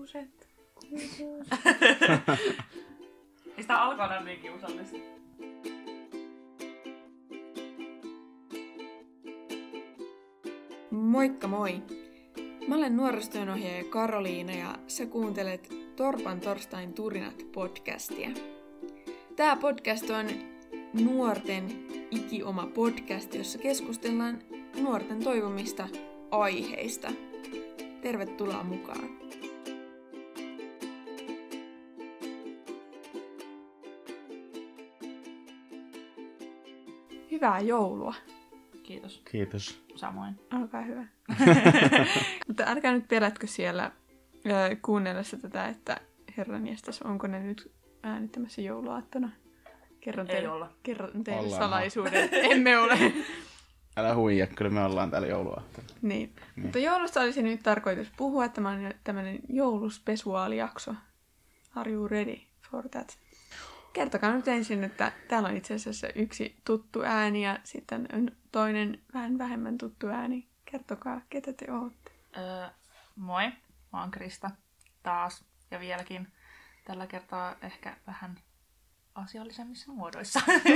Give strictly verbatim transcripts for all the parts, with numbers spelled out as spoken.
Kuuset, kuuset. Ei sitä alkaa olla niin kiusallista. Moikka moi! Mä olen nuorisotyönohjaaja Karoliina ja sä kuuntelet Torpan torstain turinat podcastia. Tää podcast on nuorten ikioma podcast, jossa keskustellaan nuorten toivomista aiheista. Tervetuloa mukaan! Hyvää joulua! Kiitos. Kiitos. Samoin. Olkaa hyvä. Mutta älkää nyt pelätkö siellä äh, kuunnellessa tätä, että herran jestas, onko ne nyt äänittämässä jouluaattona? Kerron Ei teille, olla. kerron teille Ollaan. salaisuuden. Emme ole. Älä huija, kyllä me ollaan täällä jouluaattona. Niin. Niin. Mutta joulusta olisi nyt tarkoitus puhua. Tämä on tämmöinen jouluspesuaalijakso. Are you ready for that? Kertokaa nyt ensin, että täällä on itse asiassa yksi tuttu ääni ja sitten on toinen vähän vähemmän tuttu ääni. Kertokaa, ketä te ootte. Öö, moi, mä oon Krista. Taas ja vieläkin. Tällä kertaa ehkä vähän asiallisemmissa muodoissa.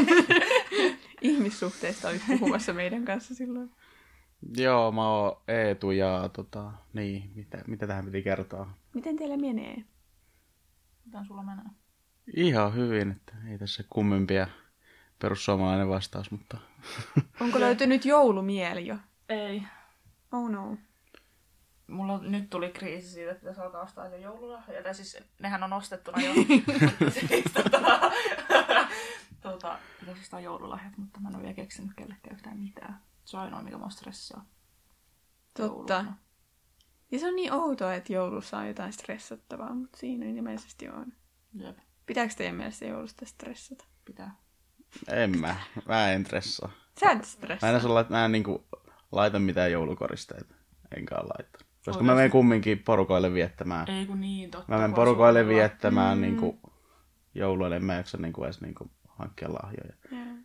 Ihmissuhteista olisi puhumassa meidän kanssa silloin. Joo, mä oon Eetu ja tota, niin, mitä, mitä tähän piti kertoa? Miten teillä menee? Miten sulla menee? Ihan hyvin, että ei tässä kummempia perussuomalainen vastaus, mutta... Onko löytynyt joulumieli jo? Ei. Oh no. Mulla nyt tuli kriisi siitä, että pitäisi alkaa ostaa jo joululahjoja. Tai siis nehän on ostettuna jo. siis, tota, tota, pitäisi ostaa joululahjat, mutta mä en ole vielä keksinyt kellekään yhtään mitään. Se on ainoa, mikä mua stressaa. Totta. Jouluna. Ja se on niin outoa, että joulussa on jotain stressattavaa, mutta siinä ilmeisesti on. Jep, Pitääkö teidän mielestä joulusta stressata? pitää. En mä, mä en stressaa. Sä et Mä stressaa. en, sulla, mä en niinku laita mitään joulukoristeita, enkä ole laittanut. Koska Oikeasti? mä menen kumminkin porukoille viettämään. Ei kun niin, totta. Mä menen kun porukoille sulla- viettämään Mm. niinku jouluille, en mä jaksa niinku edes niinku hankkia lahjoja. Joo.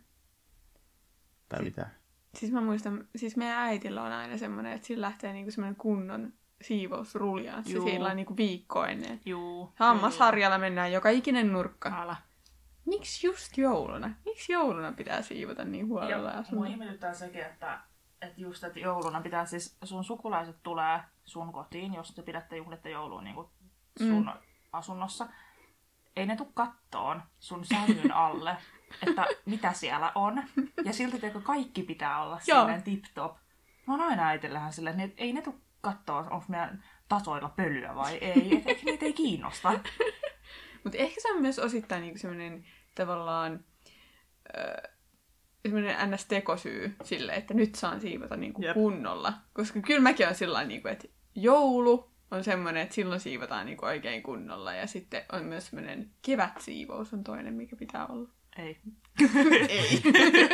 Tai Si- mitään. Siis mä muistan, siis meidän äitillä on aina semmoinen, että sillä lähtee niinku semmoinen kunnon siivousrulja. Että se Juu. siellä on niinku viikko ennen. Juu. Hammasharjalla mennään joka ikinen nurkka. Älä. Miksi just jouluna? Miksi jouluna pitää siivota niin huolella? Ja Ja mua ihmetyttää sekin, että, että just, että jouluna pitää siis, sun sukulaiset tulee sun kotiin, jos te pidätte juhlitte joulua niin kuin sun mm. asunnossa. Ei ne tuu kattoon sun sängyn alle, että mitä siellä on. Ja silti teikö kaikki pitää olla Joo. silleen tip-top. Mä oon aina äitellähän silleen, että ei ne tuu kattoon, onko meidän tasoilla pölyä vai ei. Että ehkä niitä ei kiinnosta. Mutta ehkä se on myös osittain niinku semmoinen tavallaan öö, semmoinen ns-tekosyy sille, että nyt saan siivota niinku Jep. kunnolla. Koska kyllä mäkin on sillä niinku, että joulu on semmoinen, että silloin siivotaan niinku oikein kunnolla. Ja sitten on myös semmoinen kevätsiivous on toinen, mikä pitää olla. Ei. Ei.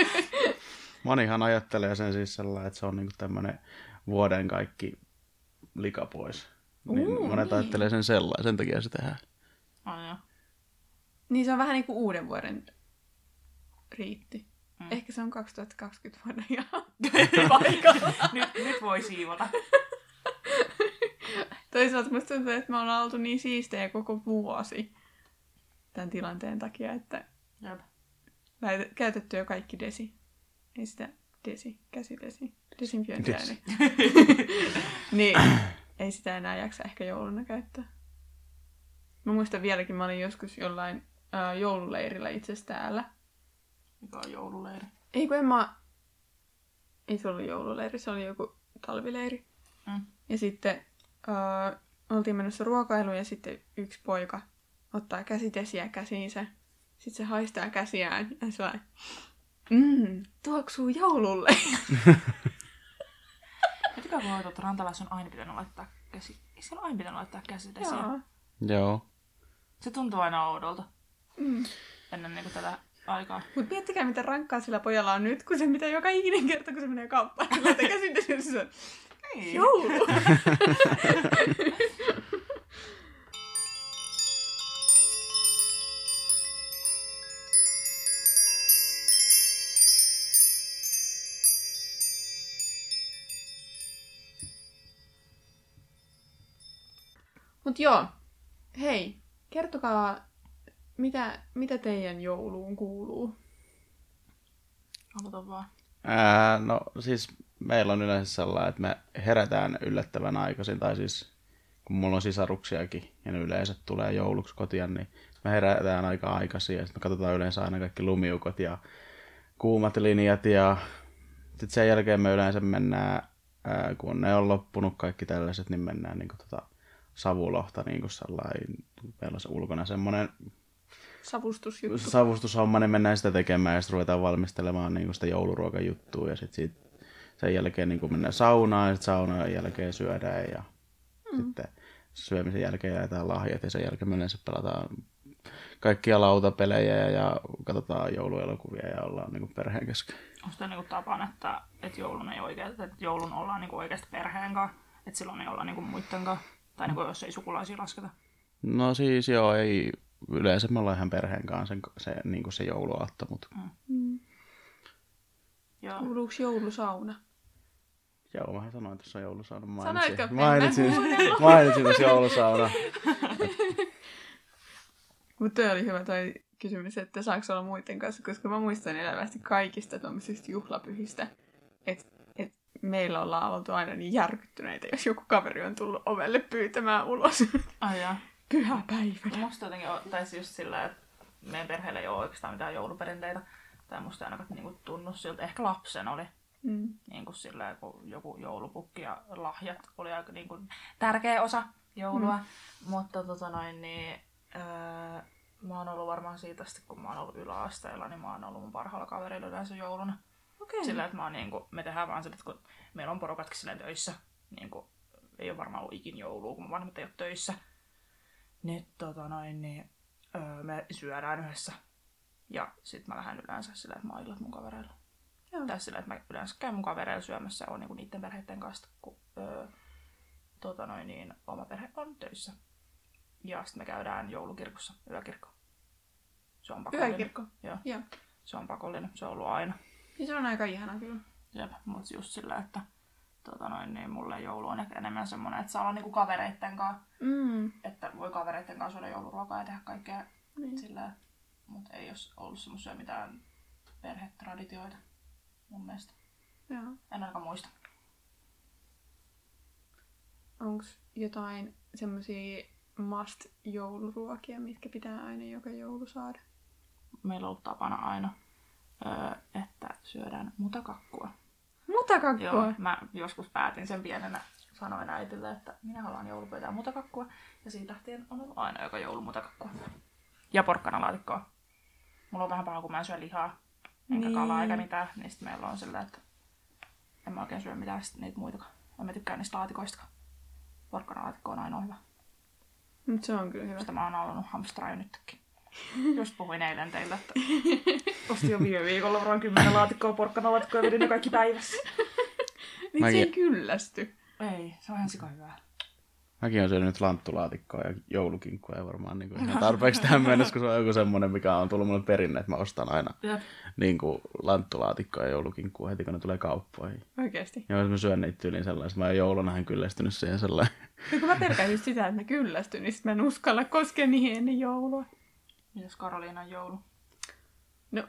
Monihan ajattelee sen siis sellainen, että se on niinku tämmönen vuoden kaikki lika pois. Niin Uu, monet niin. ajattelee sen sellainen, sen takia se tehdään. Ai joo. Niin se on vähän niinku uuden vuoden riitti. Mm. Ehkä se on kaksituhattakaksikymmentä vuonna ihan Paikalla. nyt, nyt voi siivota. Toisaalta musta tuntuu, että me ollaan oltu niin siistejä koko vuosi tämän tilanteen takia, että Jep. lähet- käytetty jo kaikki desi. Ei sitä desi, käsidesi, desinfiointia. Desi. Niin, ei sitä enää jaksa ehkä jouluna käyttää. Mä muistan vieläkin, mä olin joskus jollain ää, joululeirillä itse asiassa täällä. Mikä on joululeiri? Ei kun en mä... Ei se ollut joululeiri, se oli joku talvileiri. Mm. Ja sitten äh, oltiin menossa ruokailuun ja sitten yksi poika ottaa käsidesiä käsiinsä. Sitten se haistaa käsiään ja se vaan, mmm, tuoksuu joululle. Etikö kun että rantalais on aina pitänyt laittaa käsi... Ei siellä aina pitänyt laittaa käsidesiä. Joo. Joo. Se tuntuu aina oudolta. Mm. Ennen niinku tätä aikaa. Mutta miettikää, miten rankkaa sillä pojalla on nyt, kun se mitä joka ikinen kerta, kun se menee kauppaan, niin laittaa käsidesiä, se on Niin. joulu. Mut joo, hei, kertokaa, mitä, mitä teidän jouluun kuuluu? Aloita vaan. Ää, no siis meillä on yleensä sellainen, että me herätään yllättävän aikaisin, tai siis kun mulla on sisaruksiakin ja ne yleensä tulee jouluksi kotia, niin me herätään aika aikaisin ja sitten me katsotaan yleensä aina kaikki lumiukot ja kuumat linjat ja sitten sen jälkeen me yleensä mennään, ää, kun ne on loppunut kaikki tällaiset, niin mennään niin kuin, tota, savulohta niin kuin sellainen, meillä on se ulkona semmoinen Savustusjuttu. savustushomma, niin mennään sitä tekemään ja sitten ruvetaan valmistelemaan niin kuin sitä jouluruokajuttua ja sitten sen jälkeen niin kuin mennään saunaan ja sitten saunan jälkeen syödään ja mm. sitten syömisen jälkeen jaetaan lahjat ja sen jälkeen me yleensä pelataan kaikkia lautapelejä ja katsotaan jouluelokuvia ja ollaan niin kuin perheen kesken. Onko tämä niin tapana, että, että joulun ei oikeasti, että joulun ollaan niin oikeasti perheen kanssa, että silloin ei olla niin muiden kanssa, tai niin jos ei sukulaisia lasketa? No siis joo, ei yleensä me ollaan ihan perheen kanssa se, se, niin kuin se jouluaatto, mutta... Mm. Mm. Kuuluuko joulusauna? Joo, mähän sanoin tuossa joulusauna. Sanoitko? Mainitsin, mainitsin tuossa joulusauna. Mutta toi oli hyvä toi kysymys, että saako olla muiden kanssa, koska mä muistan elävästi kaikista tuommoisista juhlapyhistä, että et meillä ollaan oltu aina niin järkyttyneitä, jos joku kaveri on tullut ovelle pyytämään ulos. Ai jaa. Pyhä päivä. Musta jotenkin taisi just sillä, että meidän perheellä ei ole oikeastaan mitään jouluperinteitä, tai musta ei ainakaan niinku tunnu siltä. Ehkä lapsen oli. Mm. Niin kuin sillä, kun joku joulupukki ja lahjat oli aika niin kuin tärkeä osa joulua. Mm. Mutta tota noin, niin, öö, mä oon ollut varmaan siitä asti, kun mä oon ollut yläasteella, niin mä oon ollut mun parhaalla kaverilla yleensä jouluna. Okay. Sillä, että mä oon niin kuin, me tehdään vaan sillä, että kun meillä on porukatkin silleen töissä, niin kuin, ei ole varmaan ollut ikin joulua, kun mun vanhemmat ei ole töissä. Niin tota noin, niin öö, me syödään yhdessä. Ja sit mä lähden yleensä sillä, että mä oon illat mun kavereilla. Joo. Tai sillä, että mä yleensä käyn mun kavereilla syömässä ja on niinku niiden perheiden kanssa, kun öö, tota noin, niin, oma perhe on töissä. Ja sitten me käydään joulukirkossa, yökirkko. Se on pakollinen. Yökirkko? Joo. Joo. Se on pakollinen, se on ollut aina. Ja se on aika ihana kyllä. Jep, mutta just sillä, että tota noin, niin mulle joulu on ehkä enemmän semmonen, että saa olla niinku kavereitten kanssa. Mm. Että voi kavereitten kanssa syödä jouluruokaa ja tehdä kaikkea niin. Sillä, mutta ei jos ollut semmoisia mitään perhetraditioita. Mun mielestä. Joo. En ainakaan muista. Onks jotain semmosia must-jouluruokia, mitkä pitää aina joka joulu saada? Meillä on ollut tapana aina, että syödään mutakakkua. Mutakakkua? Joo, mä joskus päätin sen pienenä. Sanoin äitille, että minä haluan joulupöytään mutakakkua. Ja siitä lähtien on ollut aina joka joulu mutakakkua. Ja porkkanalaatikkoa. Mulla on vähän paha, kun mä en syö lihaa. Enkä niin. Kalaa eikä mitään, niin sitten meillä on sillä, että en mä oikein syö mitään niitä muitakaan. En mä tykkää niistä laatikoistakaan. Porkkanalaatikko on ainoa hyvä. Mut se on kyllä hyvä. Sitä mä oon halunnut hamstraa jo nytkin. Just puhuin eilen teille, että ostin jo viime viikolla varmaan kymmenen laatikkoa porkkanalaatikkoa ja vedin ne kaikki päivässä. Niin Mäkin... se ei kyllästy. Ei, se on ihan sika hyvää. Mäkin olen syönyt nyt lanttulaatikkoa ja joulukinkkua ja varmaan niin kuin ihan tarpeeksi tähän mennessä, kun se on joku semmoinen, mikä on tullut mulle perinne, että mä ostan aina niin kuin lanttulaatikkoa ja joulukinkkua heti, kun ne tulee kauppoihin. Oikeesti? Ja mä syön niitä tyyliin sellaisen. Mä oon joulunahan kyllästynyt siihen sellainen. Ja kun mä pelkään just sitä, että mä kyllästyn, niin sit mä en uskalla koskea niihin ennen joulua. Mitäs Karoliinan joulu? No,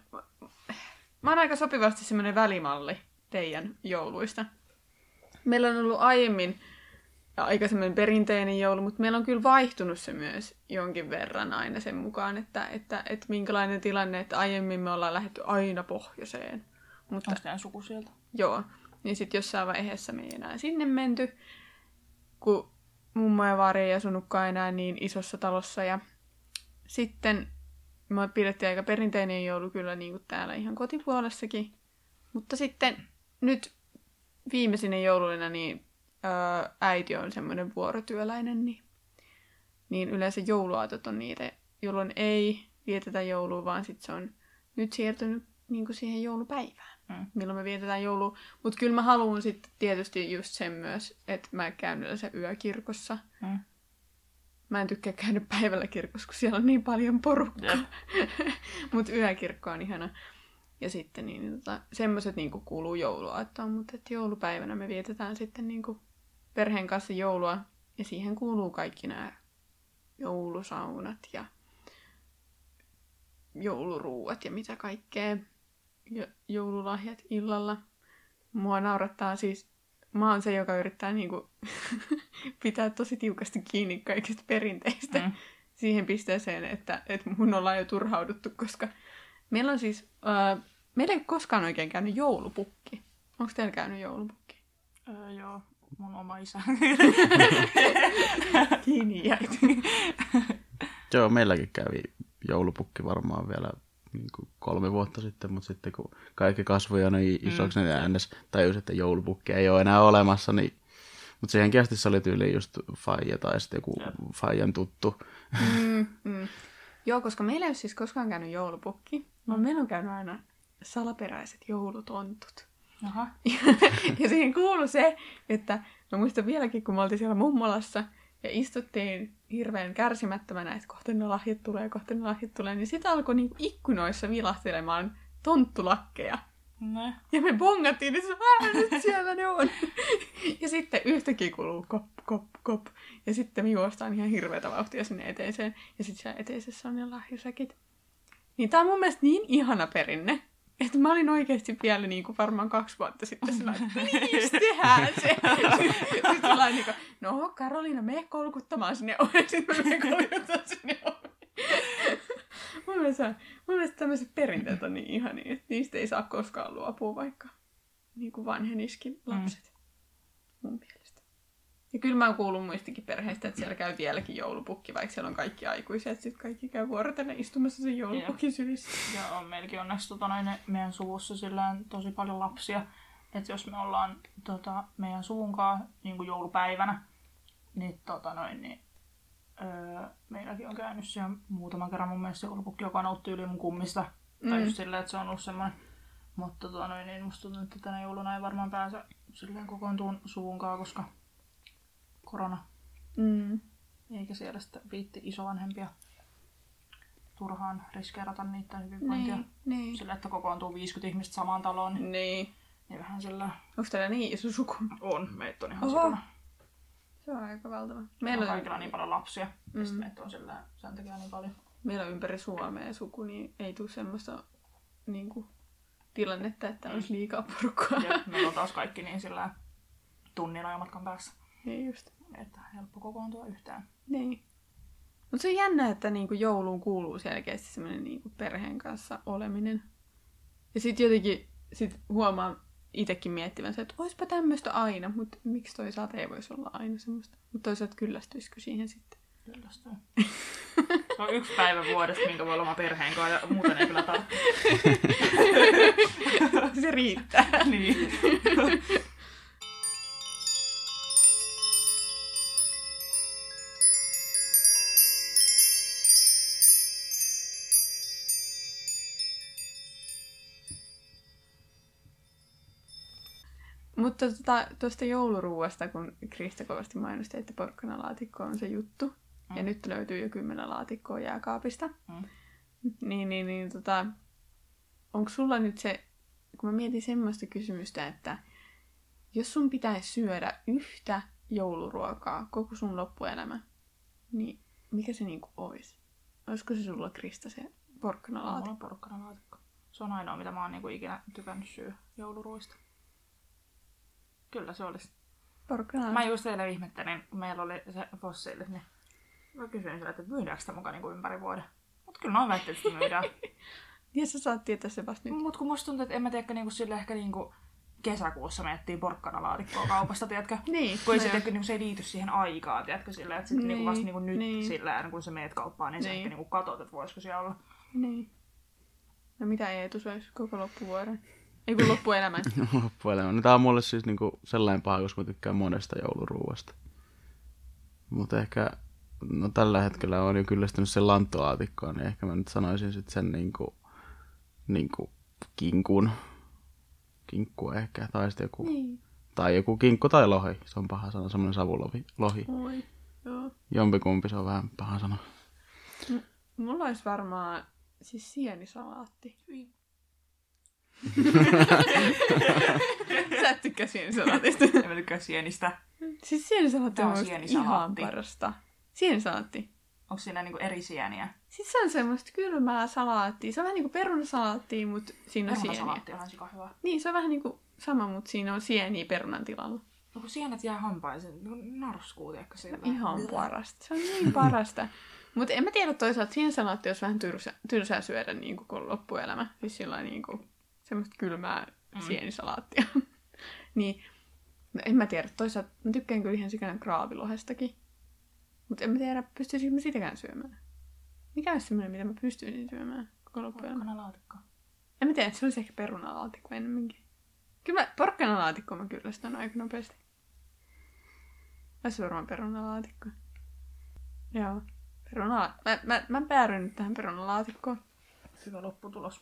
mä oon aika sopivasti semmoinen välimalli teidän jouluista. Meillä on ollut aiemmin aika semmoinen perinteinen joulu, mutta meillä on kyllä vaihtunut se myös jonkin verran aina sen mukaan, että, että, että minkälainen tilanne, että aiemmin me ollaan lähdetty aina pohjoiseen. Mutta, onko teidän suku sieltä? Joo, niin sitten jossain vaiheessa me ei enää sinne menty, kun mummo ja vaari ei asunutkaan enää niin isossa talossa. Ja sitten me pidettiin aika perinteinen joulu kyllä niin kuin täällä ihan kotipuolessakin. Mutta sitten nyt viimeisinä jouluina niin Öö, äiti on semmoinen vuorotyöläinen, niin, niin yleensä jouluaatot on niitä, jolloin ei vietetä joulua, vaan sit se on nyt siirtynyt niin kuin siihen joulupäivään, mm. milloin me vietetään joulua. Mutta kyllä mä haluan sitten tietysti just sen myös, että mä käyn yleensä yökirkossa. Mm. Mä en tykkää käydä päivällä kirkossa, kun siellä on niin paljon porukkaa. Mutta yökirkko on ihana. Ja sitten niin, tota, semmoiset niin kuuluu jouluaattoon, mutta et joulupäivänä me vietetään sitten niin kuin perheen kanssa joulua. Ja siihen kuuluu kaikki nämä joulusaunat ja jouluruuat ja mitä kaikkea. Ja joululahjat illalla. Mua naurattaa siis, mä oon se, joka yrittää niinku pitää tosi tiukasti kiinni kaikista perinteistä mm. siihen pisteeseen, että, että mun ollaan jo turhauduttu, koska meillä on siis, äh, meillä ei ole koskaan oikein käynyt joulupukki. Onko teillä käynyt joulupukki? Öö, joo, mun oma isä. Kiinni jäit. Joo, meilläkin kävi joulupukki varmaan vielä niin kuin kolme vuotta sitten, mutta sitten kun kaikki kasvoi jo niin isoksi, mm. niin äänes tajus, että joulupukki ei ole enää olemassa, niin mutta siihenkin asti se oli tyyliin just faija tai sitten joku ja. faijan tuttu. Mm, mm. Joo, koska meillä ei ole siis koskaan käynyt joulupukki, vaan meillä on käynyt aina salaperäiset joulutontut. Aha. Ja siihen kuului se, että mä muistan vieläkin, kun me oltiin siellä mummolassa ja istuttiin hirveän kärsimättömänä, että kohta ne lahjat tulee, kohta ne lahjat tulee, niin sitä alkoi niinku ikkunoissa vilahtelemaan tonttulakkeja. Ne. Ja me bongattiin, että aah, nyt siellä ne on. Ja sitten yhtäkkiä kuluu kop, kop, kop. Ja sitten me juostaan ihan hirveätä vauhtia sinne eteiseen. Ja sitten siellä eteisessä on ne lahjasäkit. Niin tää on mun mielestä niin ihana perinne, että mä olin oikeasti vielä niin kuin varmaan kaksi vuotta sitten sellainen, että please, tehdään se. Sitten sellainen niin kuin, no Karoliina, mene kolkuttamaan sinne oveen. Sitten me kolkuttamaan sinne oveen. Mun mielestä, mun mielestä tämmöiset perinteet on niin ihania, että niistä ei saa koskaan luopua, vaikka niin kuin vanheniskin lapset. Mm. Mun mielestä. Ja kyllä mä oon kuullut muistakin perheistä, että siellä käy vieläkin joulupukki, vaikka siellä on kaikki aikuisia, että sitten kaikki käy vuorotellen istumassa sen joulupukin sylissä. Ja on meilläkin onneksi tota, noin, meidän suvussa silleen tosi paljon lapsia, että jos me ollaan tota, meidän suvunkaan niin kuin joulupäivänä, niin, tota, noin, niin öö, meilläkin on käynyt siellä muutaman kerran mun mielestä joulupukki, joka noutti yli mun kummista. Mm. Tai just silleen, että se on ollut semmoinen. Mutta tota, noin, niin musta tuntuu, että tänä jouluna ei varmaan pääse silleen kokoontuun suvunkaan, koska korona. Mm. Eikä siellä sitten viitti isovanhempia turhaan riskeerata niiden hyvinvointia. Niin, niin. Sillä, että kokoontuu viisikymmentä ihmistä samaan taloon. Niin, niin. niin vähän sillä... Onko teillä niin iso suku? On, meitä on ihan Oho. sikana. Se on aika valtava. Meillä on kaikilla niin paljon lapsia, mm. ja sitten meitä on sillä, sen takia niin paljon. Meillä on ympäri Suomea suku, niin ei tule semmoista niin kuin, tilannetta, että olisi liikaa porukkaa. Ja meillä on taas kaikki niin sillä tunnin ajamatkan päässä. Niin just. Että helppo kokoontua yhtään. Niin. Mutta se on jännä, että niinku jouluun kuuluu selkeästi semmoinen niinku perheen kanssa oleminen. Ja sitten jotenkin sit huomaa itsekin miettivänsä, että oispa tämmöistä aina, mutta miksi toisaalta ei voisi olla aina semmoista. Mutta toisaalta kyllästyisikö siihen sitten? Kyllästyy. Se on yksi päivä vuodesta, minkä voi olla oma perheen kanssa, ja muuten ei kyllä tarvitse. Se riittää. Niin. Mutta tuosta jouluruuasta, kun Krista kovasti mainosti, että porkkanalaatikko on se juttu, mm. ja nyt löytyy jo kymmenen laatikkoa jääkaapista, mm. niin, niin, niin tota, onko sulla nyt se, kun mä mietin semmoista kysymystä, että jos sun pitäisi syödä yhtä jouluruokaa koko sun loppuelämä, niin mikä se niinku olisi? Olisiko se sulla, Krista, se porkkanalaatikko? On porkkanalaatikko. Se on ainoa, mitä mä oon niinku ikinä tykännyt syödä jouluruoista. Kyllä se olisi. Porkkanalaatikko. Mä just eilen ihmettelin, kun meillä oli se fossiili, niin mä kysyin sillä, että myydäänkö sitä mukaan niinku ympäri vuoden. Mut kyllä noin väitteet, että sitä myydään. Ja sä saat tietää se vasta nyt. Mut kun musta tuntuu, että en mä tiedä, niinku sille ehkä niinku kesäkuussa me ettiin porkkanalaatikkoa kaupasta, tiedätkö? Niin. Kun ei, se, tiedätkö, niinku, se ei liity siihen aikaan, tiedätkö, sillä, että sitten niin, niinku vasta niinku nyt niin. sillä, kun sä meet kauppaan, niin, niin. sä ehkä niinku katot, että voisiko siellä olla. Niin. No mitä Eetu söisi koko loppuvuoden? Ei kun loppuelämän. Loppuelämän. No tää on mulle siis niinku sellainen paha, koska mä tykkään monesta jouluruuasta. Mutta ehkä, no tällä hetkellä on jo kyllästynyt sen lanttolaatikkoon, niin ehkä mä nyt sanoisin sit sen niinku, niinku kinkun. Kinkku ehkä, tai sitten joku, niin. tai joku kinkku tai lohi. Se on paha sana, semmoinen savulohi. Lohi. Oi, joo. Jompikumpi, se on vähän paha sana. M- mulla olisi varmaan siis sienisalaatti. Sä et tykkää sienisalaatista. En mä tykkää sienistä. Siis sienisalaatti on, on sienisalaatti. ihan parasta. Sienisalaatti. Onko siinä niinku eri sieniä? Siis se on semmoista kylmää salaattia. Se on vähän niinku perunasalaattia, mutta siinä on sieniä. Perunasalaatti on sika hyvä. Niin, se on vähän niinku sama, mutta siinä on sieniä perunan tilalla. No kun sienet jää hampaisiin, niin narskuu, tiedätkö sillä? Ihan parasta. Se on niin parasta. Mutta en mä tiedä toisaalta, siensalaatti olisi vähän tylsä, tylsää syödä niin kuin koko loppuelämä. Siis sillä niin kuin semmoista kylmää mm. sienisalaattia. Niin, no en mä tiedä. Toisaalta mä tykkään kyllä ihan sikana kraavilohestakin. Mutta en mä tiedä, pystyisikö mä sitäkään syömään. Mikä olisi semmoinen, mitä mä pystyisin syömään koko loppuelämä? Porkkanalaatikko. En mä tiedä, se olisi ehkä perunalaatikko enemmänkin. Kyllä mä porkkanalaatikko mä kyllästän aika nopeasti. Olisi varmaan perunalaatikko. Joo. Perunala... Mä, mä, mä päädyin nyt tähän perunalaatikkoon. Hyvä lopputulos.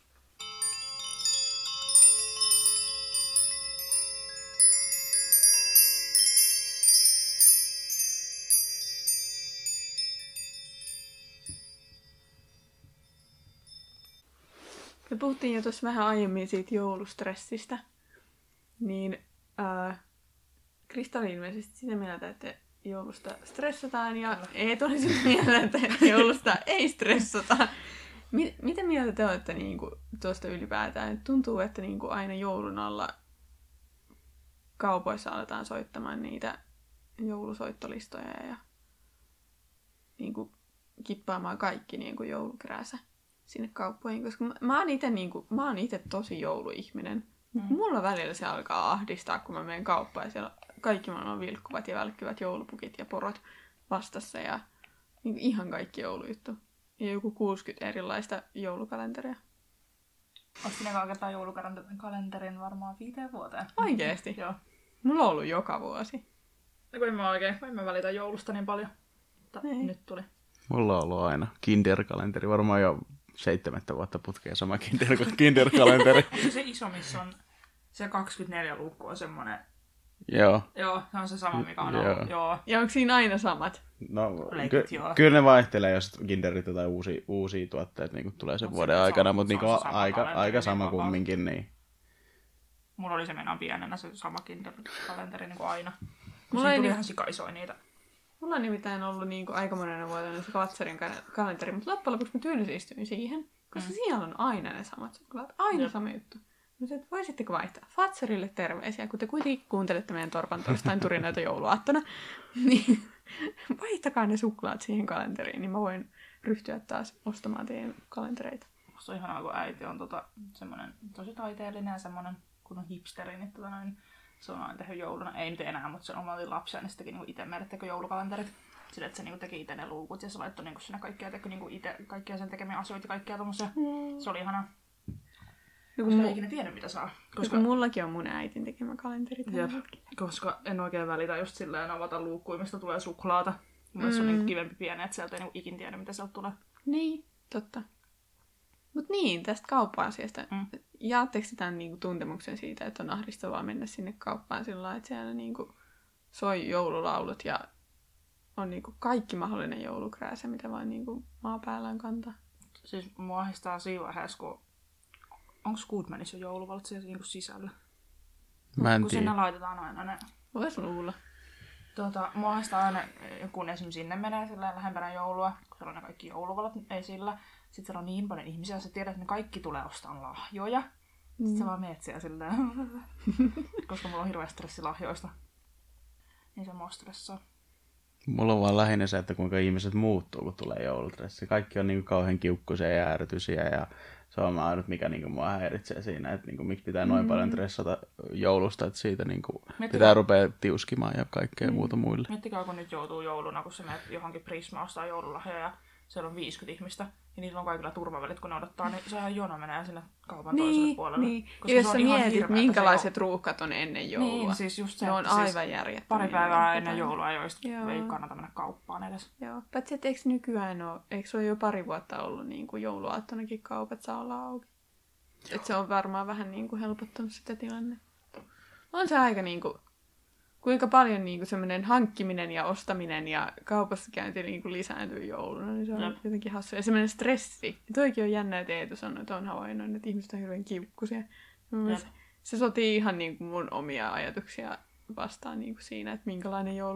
Me puhuttiin jo tuossa vähän aiemmin siitä joulustressistä. Niin äh, Krista oli ilmeisesti sitä mieltä, että joulusta stressataan ja Eetu oli sitä mieltä, että joulusta ei stressata. Mitä mieltä te olette niinku tuosta ylipäätään? Tuntuu, että niinku aina joulun alla kaupoissa aletaan soittamaan niitä joulusoittolistoja ja niinku kippaamaan kaikki niinku joulukrääsä sinne kauppoihin, koska mä, mä oon ite niinku, mä oon ite tosi jouluihminen. Mm. Mulla välillä se alkaa ahdistaa, kun mä menen kauppaan ja siellä kaikki maailman vilkkuvat ja välkkyvät joulupukit ja porot vastassa ja niinku ihan kaikki joulujuttu. Ja joku kuusikymmentä erilaista joulukalenteria. Ostin ekaa kertaa joulukalenterin varmaan viiteen vuoteen. Oikeesti? Joo. Mulla on ollut joka vuosi. No kun en mä oikein, en mä välitä joulusta niin paljon. Mutta nyt tuli. Mulla on ollut aina Kinder-kalenteri, varmaan jo seitsemättä vuotta putkeen sama kinder, Kinder-kalenteri. Onko se iso, missä on se kaksikymmentäneljä luukku on semmoinen? Joo. Joo, se on se sama, mikä on Joo. ollut. Joo. Ja onko siinä aina samat? No, Leikit, ky- joo. kyllä ne vaihtelee, jos Kinderit tai uusia, uusia tuotteita niin tulee sen Mut vuoden se- aikana, se on- mutta se niin on se sama aika, kalenteri aika niin sama vapaasti. kumminkin. Niin. Mulla oli se meinaan pienenä se sama Kinder-kalenteri niin kuin aina. Kun Mulla siinä ei tuli ni- ihan sikaisoja niitä. Mulla on nimittäin ollut niinku aika monena vuotena se Klatserin ka- kalenteri, mutta loppujen lopuksi mä tylsistyin siihen, koska mm. siellä on aina ne samat suklaat. Aina Jep. sama juttu. Mä sanoin, että voisitteko vaihtaa Fatserille terveisiä, kun te kuitenkin kuuntelette meidän Torpan torstain turinoita jouluaattona, niin vaihtakaa ne suklaat siihen kalenteriin, niin mä voin ryhtyä taas ostamaan teidän kalentereita. Musta on ihanaa, kun äiti on tota, semmoinen tosi taiteellinen ja semmoinen kun on hipsteri, niin tota noin, se on aina tehnyt jouluna. Ei nyt enää, mutta se on oma lapsia, niin se teki niinku itse meille teko joulukalenterit. Sillä, että se niinku teki itse ne luukut ja se laittoi niinku sinne kaikkia, teki niinku itse kaikkia sen tekemiä asioita ja kaikkia tommosia. Mm. Se oli ihanaa. No, Koska mu- ei ikinä tiennyt, mitä saa. Koska kun mullakin on mun äitin tekemä kalenteri. Jep, koska en oikein välitä just silleen avata luukkuja, mistä tulee suklaata. Mun mm. se on niinku kivempi pieni, että sieltä ei niinku ikin tiedä, mitä sieltä tulee. Niin, totta. Mut niin, tästä kauppa-asiasta. Mm. Jaatteko tämän niinku tuntemuksen siitä, että on ahdistavaa mennä sinne kauppaan sillä lailla, että siellä niinku soi joululaulut ja on niinku kaikki mahdollinen joulukrääsä, mitä vaan niinku maapäällään kantaa? Siis mua ahdistaa siinä vaiheessa, kun onko Goodmanissa jo jouluvalot siellä niinku sisällä? Mä en kun tiedä. sinne laitetaan aina ne. Vois luulla. Tuota, mua ahdistaa aina, kun esimerkiksi sinne menee silleen lähempänä joulua, kun siellä on ne kaikki jouluvalot esillä. Sitten siellä on niin paljon ihmisiä, ja sä tiedät, että ne kaikki tulee ostamaan lahjoja. Mm. Sitten sä vaan meet siellä silleen, koska mulla on hirveä stressi lahjoista. Niin se mua stressaa. Mulla on vaan lähinnä se, että kuinka ihmiset muuttuu, kun tulee joulutressi. Kaikki on niin kuin kauhean kiukkuisia ja äärytysiä ja se on ainut, mikä niin kuin mua häiritsee siinä, että niin kuin, miksi pitää noin mm. paljon stressata joulusta, että siitä niin kuin pitää rupea tiuskimaan ja kaikkea mm. muuta muille. Miettikää, kun nyt joutuu jouluna, kun sä menet johonkin Prisma ostaa joululahjoja ja siellä on viisikymmentä ihmistä ja niillä on kaikilla turvavälit, kun ne odottaa, niin sehän jono menee sinne kaupan niin, toiselle puolelle. Niin, ja jos sä mietit, minkälaiset jo... ruuhkat on ennen joulua. Niin, siis just se, ne on siis aivan järjettömiä. Pari päivää ennen joulua, joista Joo. ei kannata mennä kauppaan edes. Joo, paitsi että eikö nykyään ole, eikö se ole jo pari vuotta ollut niin kuin jouluaattonakin kaupat saa olla auki. Että se on varmaan vähän niin kuin helpottanut sitä tilannetta. On se aika niin kuin, kuinka paljon niin kuin semmoinen hankkiminen ja ostaminen ja kaupassa käynti niin kuin lisääntyy jouluna, niin se on Jep. jotenkin hassu. Ja semmoinen stressi. Ja toikin on jännä, että Eetu sanoi, että on havainnoin, että ihmiset on hirveän kiukkuisia. Se, se sotii ihan niin kuin mun omia ajatuksia vastaan niin kuin siinä, että minkälainen joulu on.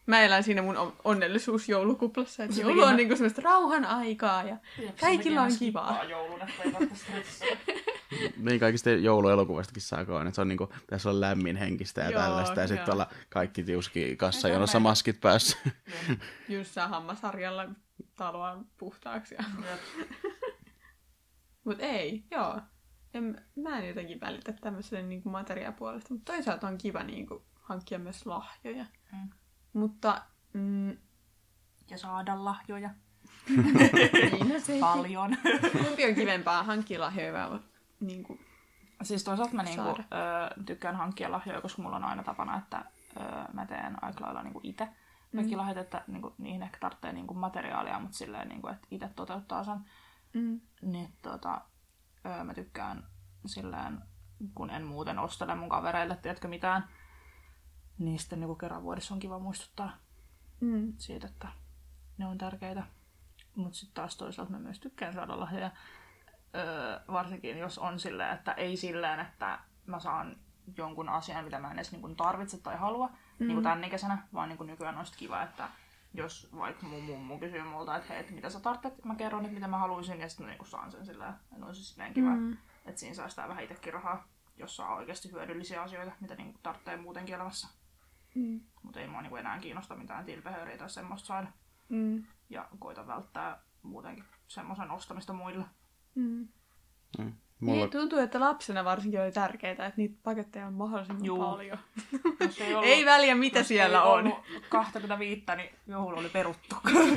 mä elän siinä mun on- onnellisuusjoulukuplassa, että Se joulu tekee on mä- niinku semmoista rauhan aikaa ja Jep, kaikilla on sen takia mä kivaa. skippaan joulun, että ei tarvitse stressata. Niin kaikista jouluelokuvastakin saa koen, että se on niinku, pitäisi olla lämmin henkistä ja Joo, tällaista, ja sitten joo. olla kaikki tiuski kassa, Eikä jonossa meillä- maskit päässä. Jyssää hammasharjalla taloa puhtaaksi. Ja... Jep. Mut ei, joo. En, mä en jotenkin välitä tämmöisen niinku materiapuolesta, mutta toisaalta on kiva niinku hankkia myös lahjoja. Mm. Mutta mm, Ja saada lahjoja. niin, no se Paljon. kumpi on kivempaa hankkia lahjoja vai niinku, Siis toisaalta mä niinku, Saada. ö, tykkään hankkia lahjoja, koska mulla on aina tapana, että ö, mä teen aika lailla niinku itse. Kaikki Mm. lahjat, että niinku, niihin ehkä tarvitsee niinku materiaalia, mutta silleen, niinku, että itse toteuttaa sen. mm, Niin tota, ö, mä tykkään silleen, kun en muuten ostele mun kavereille, tiedätkö mitään. Niin sitten niinku kerran vuodessa on kiva muistuttaa mm, siitä, että ne on tärkeitä. Mutta sitten taas toisaalta mä myös tykkään saada lahjoja. Öö, varsinkin jos on silleen, että ei silleen, että mä saan jonkun asian, mitä mä en edes niin tarvitse tai halua, mm. niin kuin tän ikäisenä, vaan niin kuin nykyään on kiva, että jos vaikka mun mummu kysyy multa, että hei, että mitä sä tarvitset, mä kerron, että mitä mä haluaisin, ja sitten niin saan sen silleen, että olisi silleen kiva, Mm. että siinä saa sitä vähän itsekin rahaa, jos saa oikeasti hyödyllisiä asioita, mitä niin tarvitsee muutenkin elämässä. mm, Mutta ei mua niin enää kiinnosta mitään tilpehöriä tai semmoista saada. mm, Ja koitan välttää muutenkin semmoisen ostamista muille. mm. Mm. Mulla... Mulla... Tuntuu, että lapsena varsinkin oli tärkeää, että niitä paketteja on mahdollisimman Juu. paljon. Jos ei, ollut, Ei väliä, mitä jos siellä ei on. ollut kaksikymmentäviisi, niin joulu oli peruttu.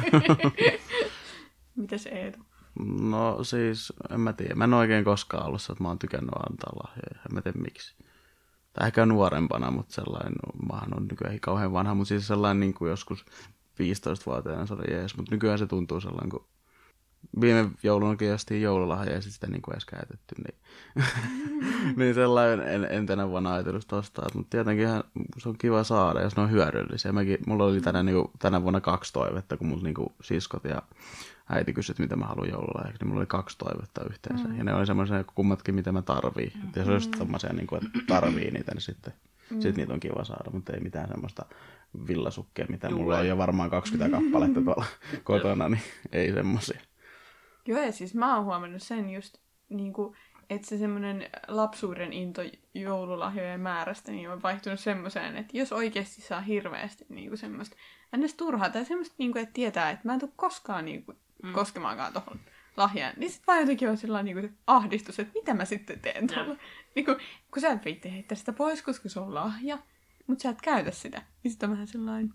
Mitäs Eetu? No siis, en mä tiedä. Mä en oikein koskaan ollut se, että mä oon tykännyt antaa lahjoja. En mä tiedä miksi. Tai ehkä nuorempana, mutta sellainen, no, mähän on nykyään kauhean vanha, mutta siis sellainen niin kuin joskus viisitoistavuotiaana se oli jees. Mutta nykyään se tuntuu sellainen, kun viime joulunakin jostiin joululahja ja sit sitä niin kuin edes käytetty. Niin, niin sellainen en, en tänä vuonna ajatellut tostaa. Mutta tietenkin se on kiva saada, jos ne on hyödyllisiä. Mäkin, mulla oli tänä, niin kuin, tänä vuonna kaksi toivetta, kun mulla niin kuin siskot ja äiti kysyi, mitä mä haluan joululahjaksi, niin mulla oli kaksi toivetta yhteensä. Mm. Ja ne oli semmoisia kummatkin, mitä mä tarviin. Mm. Että jos olisi tommosia, niin kuin, että tarvii niitä, niin sitten mm. sit niitä on kiva saada. Mutta ei mitään semmoista villasukkia, mitä Juu, mulla on jo varmaan kaksikymmentä kappaletta tuolla kotona, niin ei semmosia. Joo, ja siis mä oon huomannut sen just, niin kuin, että se semmoinen lapsuuden into joululahjojen määrästä niin on vaihtunut semmoiseen, että jos oikeasti saa hirveästi niin kuin semmoista ns. Turhaa tai semmoista, niin kuin, että tietää, että mä en tule koskaan niin kuin, mm. koskemaankaan tuohon lahjaan, niin sitten vaan jotenkin on sellainen niin kuin, ahdistus, että mitä mä sitten teen tuolla. Niin kuin, kun sä et viitti heittää sitä pois, koska se on lahja, mutta sä et käytä sitä, niin sitten on vähän sellainen...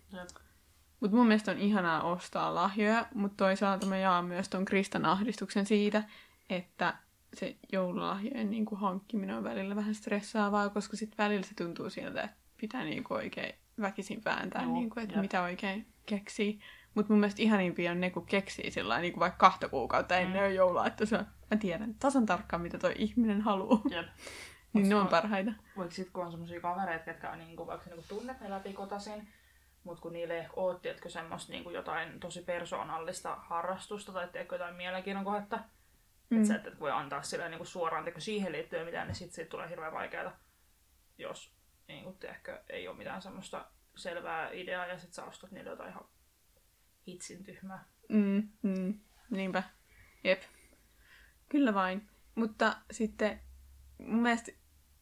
Mutta mun mielestä on ihanaa ostaa lahjoja, mutta toisaalta mä jaan myös ton Kristan ahdistuksen siitä, että se joululahjojen niin kuin hankkiminen on välillä vähän stressaavaa, koska sitten välillä se tuntuu siltä, että pitää niin kuin oikein väkisin vääntää, Joo, niin kuin, että jep. mitä oikein keksii. Mutta mun mielestä ihanimpia on ne, kun keksii sillä niin kuin vaikka kahta kuukautta ennen mm. joulua, että se on, mä tiedän tasan tarkkaan, mitä toi ihminen haluaa. Jep. Niin ne on Koska- parhaita. Vaikka sit kun on semmosia kavereita, ketkä on niinku, vaikka sä niinku tunnet ne läpikotasin, mut kun niille ei ehkä oo, tiedätkö, semmoista niinku jotain tosi persoonallista harrastusta tai tiedätkö, jotain mielenkiinnon kohdetta, mm. että sä et et voi antaa silleen niinku suoraan tiedätkö, siihen liittyen mitään, niin sit siitä tulee hirveän vaikeaa, jos niinku, tiedätkö, ei ole mitään semmoista selvää ideaa ja sit sä ostat niille jotain ihan hitsin tyhmää. Mm, mm, niinpä. Jep. Kyllä vain. Mutta sitten mun mielestä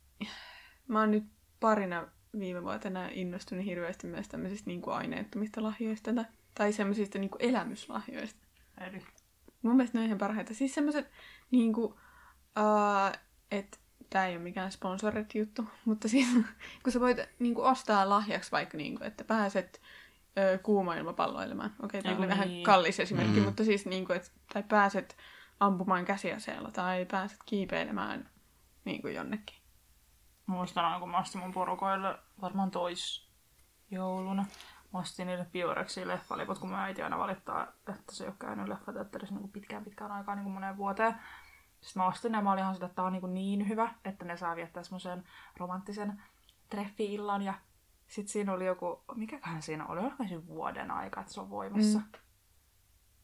mä oon nyt parina viime vuotena innostunut hirveästi myös tämmöisistä niin kuin aineettomista lahjoista tai, tai semmoisista niin kuin elämyslahjoista. Eli Mun mielestä ne on ihan parhaita. Siis semmoiset, niin kuin, uh, että tää ei ole mikään sponsorit juttu, mutta siis kun sä voit niin kuin, ostaa lahjaksi vaikka, niin kuin, että pääset ö, kuumailmapalloilemaan. Okei, tää Eiku oli vähän niin. kallis esimerkki, Mm. mutta siis niin kuin, että, tai pääset ampumaan käsiaseella tai pääset kiipeilemään niin kuin jonnekin. muistan aina, kun mä ostin mun porukoille varmaan tois jouluna. Mä ostin niille Biorexia leffaliput, kun mä äiti aina valittaa, että se ei ole käynyt leffateatterissa niin pitkään pitkään aikaa niin kuin moneen vuoteen. Sitten mä ostin ne ja mä olin ihan sitä, että tää on niin, niin hyvä, että ne saa viettää semmoisen romanttisen treffi-illan. Ja sit siinä oli joku, mikäköhän siinä oli, oliko se vuoden aika, että se on voimassa. Mm.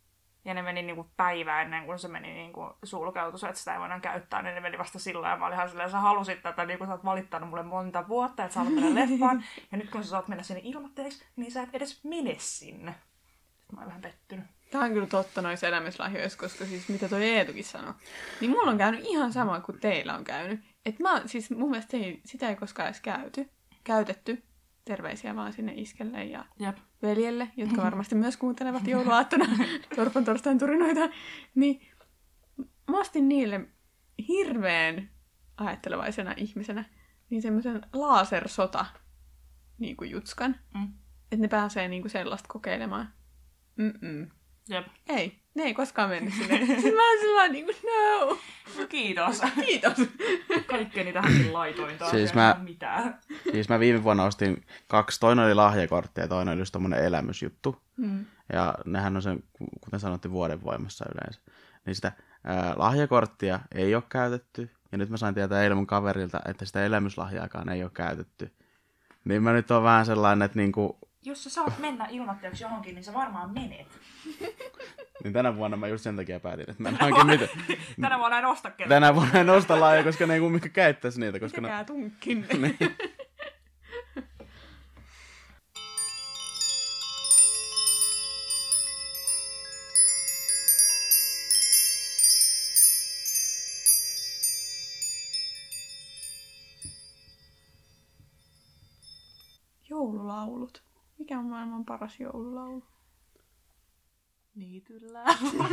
Ja ne meni niinku päivää ennen kuin se meni niinku sulkeutus, että sitä ei voida käyttää, niin ne meni vasta silloin. Ja mä olin ihan silleen, sä halusit tätä, niin kun sä oot valittanut mulle monta vuotta, että sä haluat mennä leffaan. Ja nyt kun sä saat mennä sinne ilmatteeksi, niin sä et edes mene sinne. Sitten mä oon vähän pettynyt. Tämä on kyllä totta noissa elämyslahjoissa, koska siis mitä toi Eetukin sanoi, niin mulla on käynyt ihan sama kuin teillä on käynyt. Että mä, siis mun mielestä ei, sitä ei koskaan edes käyty, käytetty. Terveisiä vaan sinne iskelle ja Jep. veljelle, jotka varmasti myös kuuntelevat jouluaattona Torpan torstain turinoita. Niin mä ostin niille hirveän ajattelevaisena ihmisenä niin semmoisen lasersota niin kuin jutskan. Mm. Että ne pääsee niin kuin sellaista kokeilemaan. Mm-mm. Jep. Ei, ne ei koskaan mennyt sinne. Sitten mä oon sellainen niin kuin, no. Kiitos. Kiitos. Kaikkeni tähänkin laitoin taas. Siis Siis mä- mitään. Siis mä viime vuonna ostin kaksi, toinen oli lahjakortti ja toinen oli just tommonen elämysjuttu. Mm. Ja nehän on sen, kuten sanottiin, vuoden voimassa yleensä. Niin sitä ää, lahjakorttia ei ole käytetty. Ja nyt mä sain tietää eilen mun kaverilta, että sitä elämyslahjaakaan ei ole käytetty. Niin mä nyt on vähän sellainen, että niinku, Jos sä saat mennä ilmatteeksi johonkin, niin sä varmaan menet. niin tänä vuonna mä just sen takia päätin, että mä en hankin mitään. Tänä vuonna en osta ketään. Tänä vuonna en osta lahjaa, koska ne ei kumminkaan käyttäisi niitä. Koska ne... Tekää tunkkin. Joululaulut. Mikä on maailman paras joululaulu? Niityllä.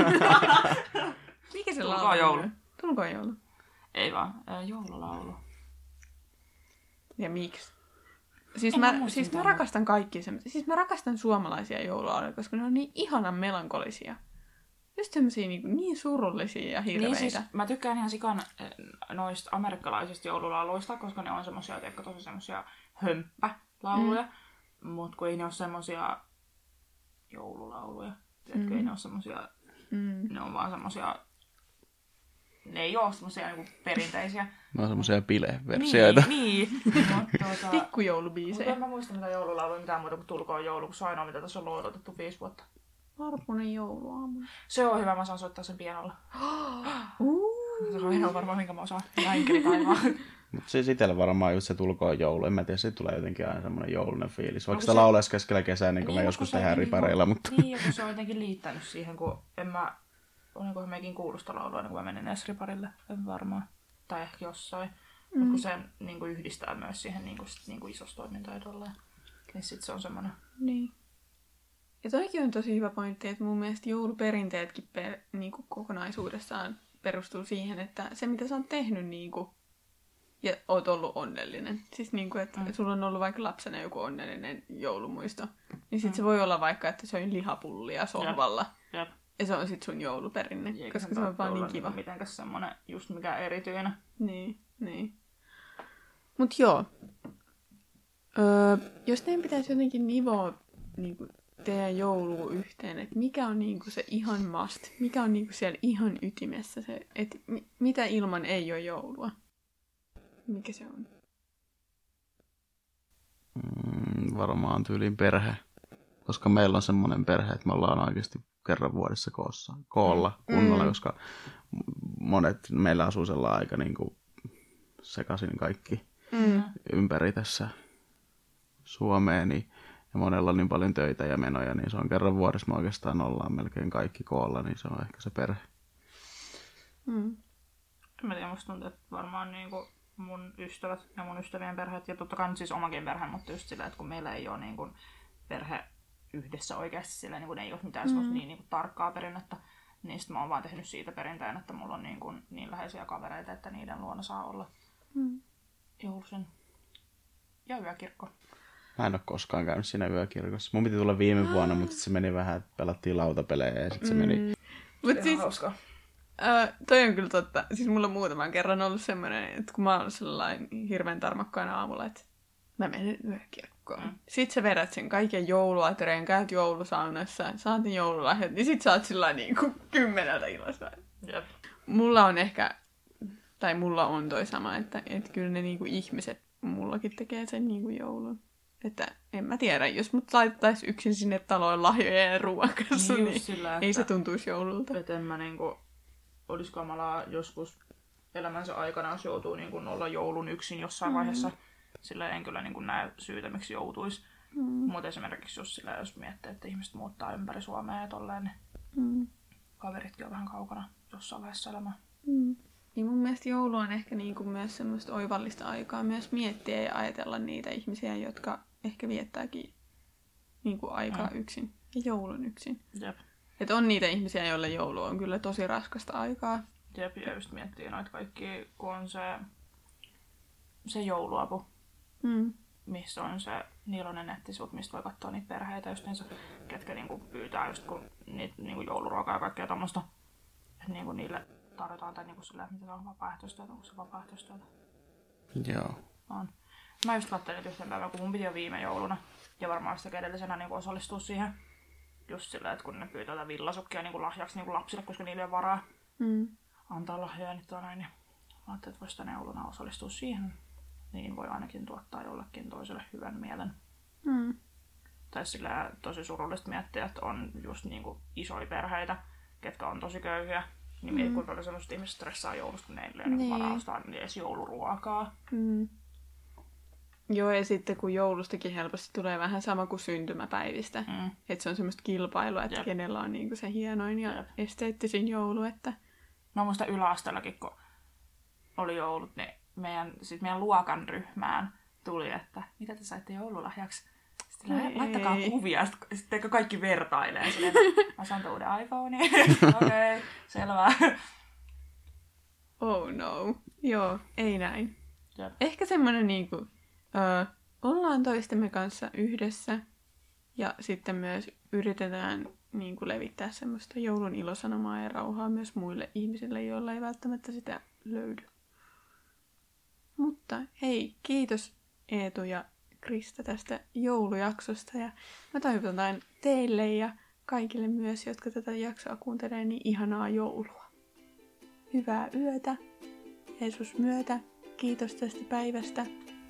Mikä se Tulkoon laulu on? joulu. Tulkoon joulu. Ei vaan, äh, joululaulu. Ja miksi? Siis En mä, mä muista siis mä mitään. rakastan kaikkia semmoisia. Siis mä rakastan suomalaisia joululauluja, koska ne on niin ihanan melankolisia. Just semmosia niin, niin surullisia ja hirveitä. Niin siis, mä tykkään ihan sikan äh, noista amerikkalaisista joululauluista, koska ne on semmosia, teikö, tosi semmosia hömppälauluja. Mm. Mut kun ei ne oo semmosia joululauluja. Tiedätkö, Mm. ei ne oo semmosia, Mm. ne on vaan semmosia, ne ei oo semmosia niinku perinteisiä. Ne on semmosia bileversioita. Niin, niin. Mut tuota, Pikkujoulubiisejä. mutta en mä muista mitä joululauluja, mitään muuta kuin Tulkoon joulu, kun se on ainoa, mitä tässä on odotettu viisi vuotta. Varpunen jouluaamu. Se on hyvä, mä saan soittaa sen pianolla. Uh. Se on ihan varmaan, minkä mä osaan. Näinkeli taivaan. Mutta siis itsellä varmaan just se tulkoon joulu. En mä tiedä, siitä tulee jotenkin aina semmoinen joulunen fiilis. Vaikka Onko sitä se- laulaisi keskellä kesää, niin kuin me Niin, joskus kun se on tehdään jotenkin ripareilla. niinku- Mutta... Niin, kun se on jotenkin liittänyt siihen, kun en mä... Olenkohan mekin kuulusta laulua ennen kuin mä menin edes riparille? En varmaan. Tai ehkä jossain. Mm. Mutta kun sen niin kuin yhdistää myös siihen niin kuin, sit, niin kuin isostoimintaan ja tolleen. Niin sit se on semmoinen... Niin. Ja toikin on tosi hyvä pointti, että mun mielestä jouluperinteetkin per, niin kuin kokonaisuudessaan perustuu siihen, että se mitä sä oot tehnyt niin kuin, ja oot ollut onnellinen. Siis niin kuin, että mm. sulla on ollut vaikka lapsena joku onnellinen joulumuisto. Niin sit mm. se voi olla vaikka, että söin lihapullia sohvalla. Jep. Ja se on sit sun jouluperinne, Eikä koska sen se on tarvitse vaan niin olla kiva. Mitenkäs semmonen just mikä erityinen. Niin, niin. Mut joo. Öö, jos teidän pitäisi jotenkin nivoa niin kuin teidän joulua yhteen, että mikä on niin kuin se ihan must, mikä on niin kuin siellä ihan ytimessä se, että mi- mitä ilman ei ole joulua? Mikä se on? Mm, varmaan tyylin perhe. Koska meillä on semmoinen perhe, että me ollaan oikeasti kerran vuodessa koossa, koolla kunnolla, Mm. koska monet meillä asuu sellainen aika niin kuin sekaisin kaikki Mm. ympäri tässä Suomeen, niin, ja monella on niin paljon töitä ja menoja, niin se on kerran vuodessa me oikeastaan ollaan melkein kaikki koolla, niin se on ehkä se perhe. Mm. En mä tiedä, musta tuntuu, että varmaan niinku mun ystävät ja mun ystävien perheet, ja totta kai nyt siis omakin perhe, mutta just sillä, että kun meillä ei ole niinku perhe yhdessä oikeasti sillä, niin kun ei ole mitään mm. semmoista niin, niin kuin tarkkaa perinnettä, niin sit mä oon vaan tehnyt siitä perinteen, että mulla on niin, kuin, niin läheisiä kavereita, että niiden luona saa olla Mm. joulusen ja yökirkko. Mä en ole koskaan käynyt siinä yökirkossa. Mun piti tulla viime vuonna, mutta sit se meni vähän, että pelattiin lautapelejä ja sitten se meni... Mut Ihan siis, hauskaa. Äh, toi on kyllä totta. Siis mulla on muutaman kerran ollut semmoinen, että kun mä oon ollut sellainen hirveän tarmokkaana aamulla, että mä menen yökirkkoon. Mm. Sit sä vedät sen kaiken jouluatereen, käyt joulusaunassa, saat ne joululahjat, niin sit sä oot sillä niin kuin kymmeneltä illasta. Jep. Mulla on ehkä, tai mulla on toi sama, että, että kyllä ne niin kuin ihmiset mullakin tekee sen niin kuin joulun. Että en mä tiedä, jos mut laitettaisiin yksin sinne taloon lahjojen ja ruoan kanssa, Niin niin, just sillä, ei se että- tuntuisi joululta. Et en mä niinku, olis kamalaa joskus elämänsä aikana, jos joutuu niinku olla joulun yksin jossain mm. vaiheessa. Sillä en kyllä niinku näe syytä, miksi joutuisi. Mm. Mutta esimerkiksi just sillä, jos miettii, että ihmiset muuttaa ympäri Suomea ja tolleen, niin Mm. kaveritkin on vähän kaukana jossain vaiheessa elämää. Mm. Niin mun mielestä joulu on ehkä niinku myös semmoista oivallista aikaa myös miettiä ja ajatella niitä ihmisiä, jotka ehkä viettääkin niinku aikaa mm. yksin ja joulun yksin. Jep. Et on niitä ihmisiä, joille joulu on kyllä tosi raskasta aikaa. Jep, ja just miettii noita kaikki, kun on se, se jouluapu, Mm. missä on se, niillä on ne nettisivut, mistä voi katsoa niitä perheitä justiinsa, ketkä niinku pyytää just kun niitä niinku jouluruokaa ja kaikkea tommoista. Että niinku niille tarjotaan, tai niinku sillä, mitä se on vapaaehtoistyötä, onko se vapaaehtoistyötä? Joo. On. Mä just katselin nyt yhten päivän, kun mun piti jo viime jouluna, ja varmaan sitä edellisenä niinku osallistua siihen. Just sillä, että kun ne pyytää tätä villasukkia niinku lahjaksi niinku lapsille, koska niille ei ole varaa Mm. antaa lahjoja, niin, tuo näin, niin mä ajattelin, että voisi tänä jouluna osallistua siihen. Niin voi ainakin tuottaa jollekin toiselle hyvän mielen. Mm. Tai sillä tosi surullista miettiä, että on just niinku isoja perheitä, ketkä on tosi köyhiä. Niin mm. kuinka paljon sellaiset ihmiset stressaa joulusta, kun ne ei ole Niin. niin. varaa ostaa edes jouluruokaa. Mm. Joo, ja sitten kun joulustakin helposti tulee vähän sama kuin syntymäpäivistä. Mm. Että se on semmoista kilpailua, että Jep. kenellä on niinku se hienoin ja Jep. esteettisin joulu. Että... Mä muistan yläasteellakin, kun oli joulut, niin meidän, sit meidän luokan ryhmään tuli, että mitä te saitte joululahjaksi? Sitten Ei. laittakaa kuvia, sitten kaikki vertailee. Silleen, mä saan uuden iPhone. Okei, okay, selvä. Oh no. Joo, ei näin. Jep. Ehkä semmoinen niinku, ö, ollaan toistemme kanssa yhdessä ja sitten myös yritetään niinku levittää semmoista joulun ilosanomaa ja rauhaa myös muille ihmisille, joilla ei välttämättä sitä löydy. Mutta hei, kiitos Eetu ja Krista tästä joulujaksosta ja mä toivotan teille ja kaikille myös, jotka tätä jaksoa kuuntelee, niin ihanaa joulua. Hyvää yötä, Jeesus myötä, kiitos tästä päivästä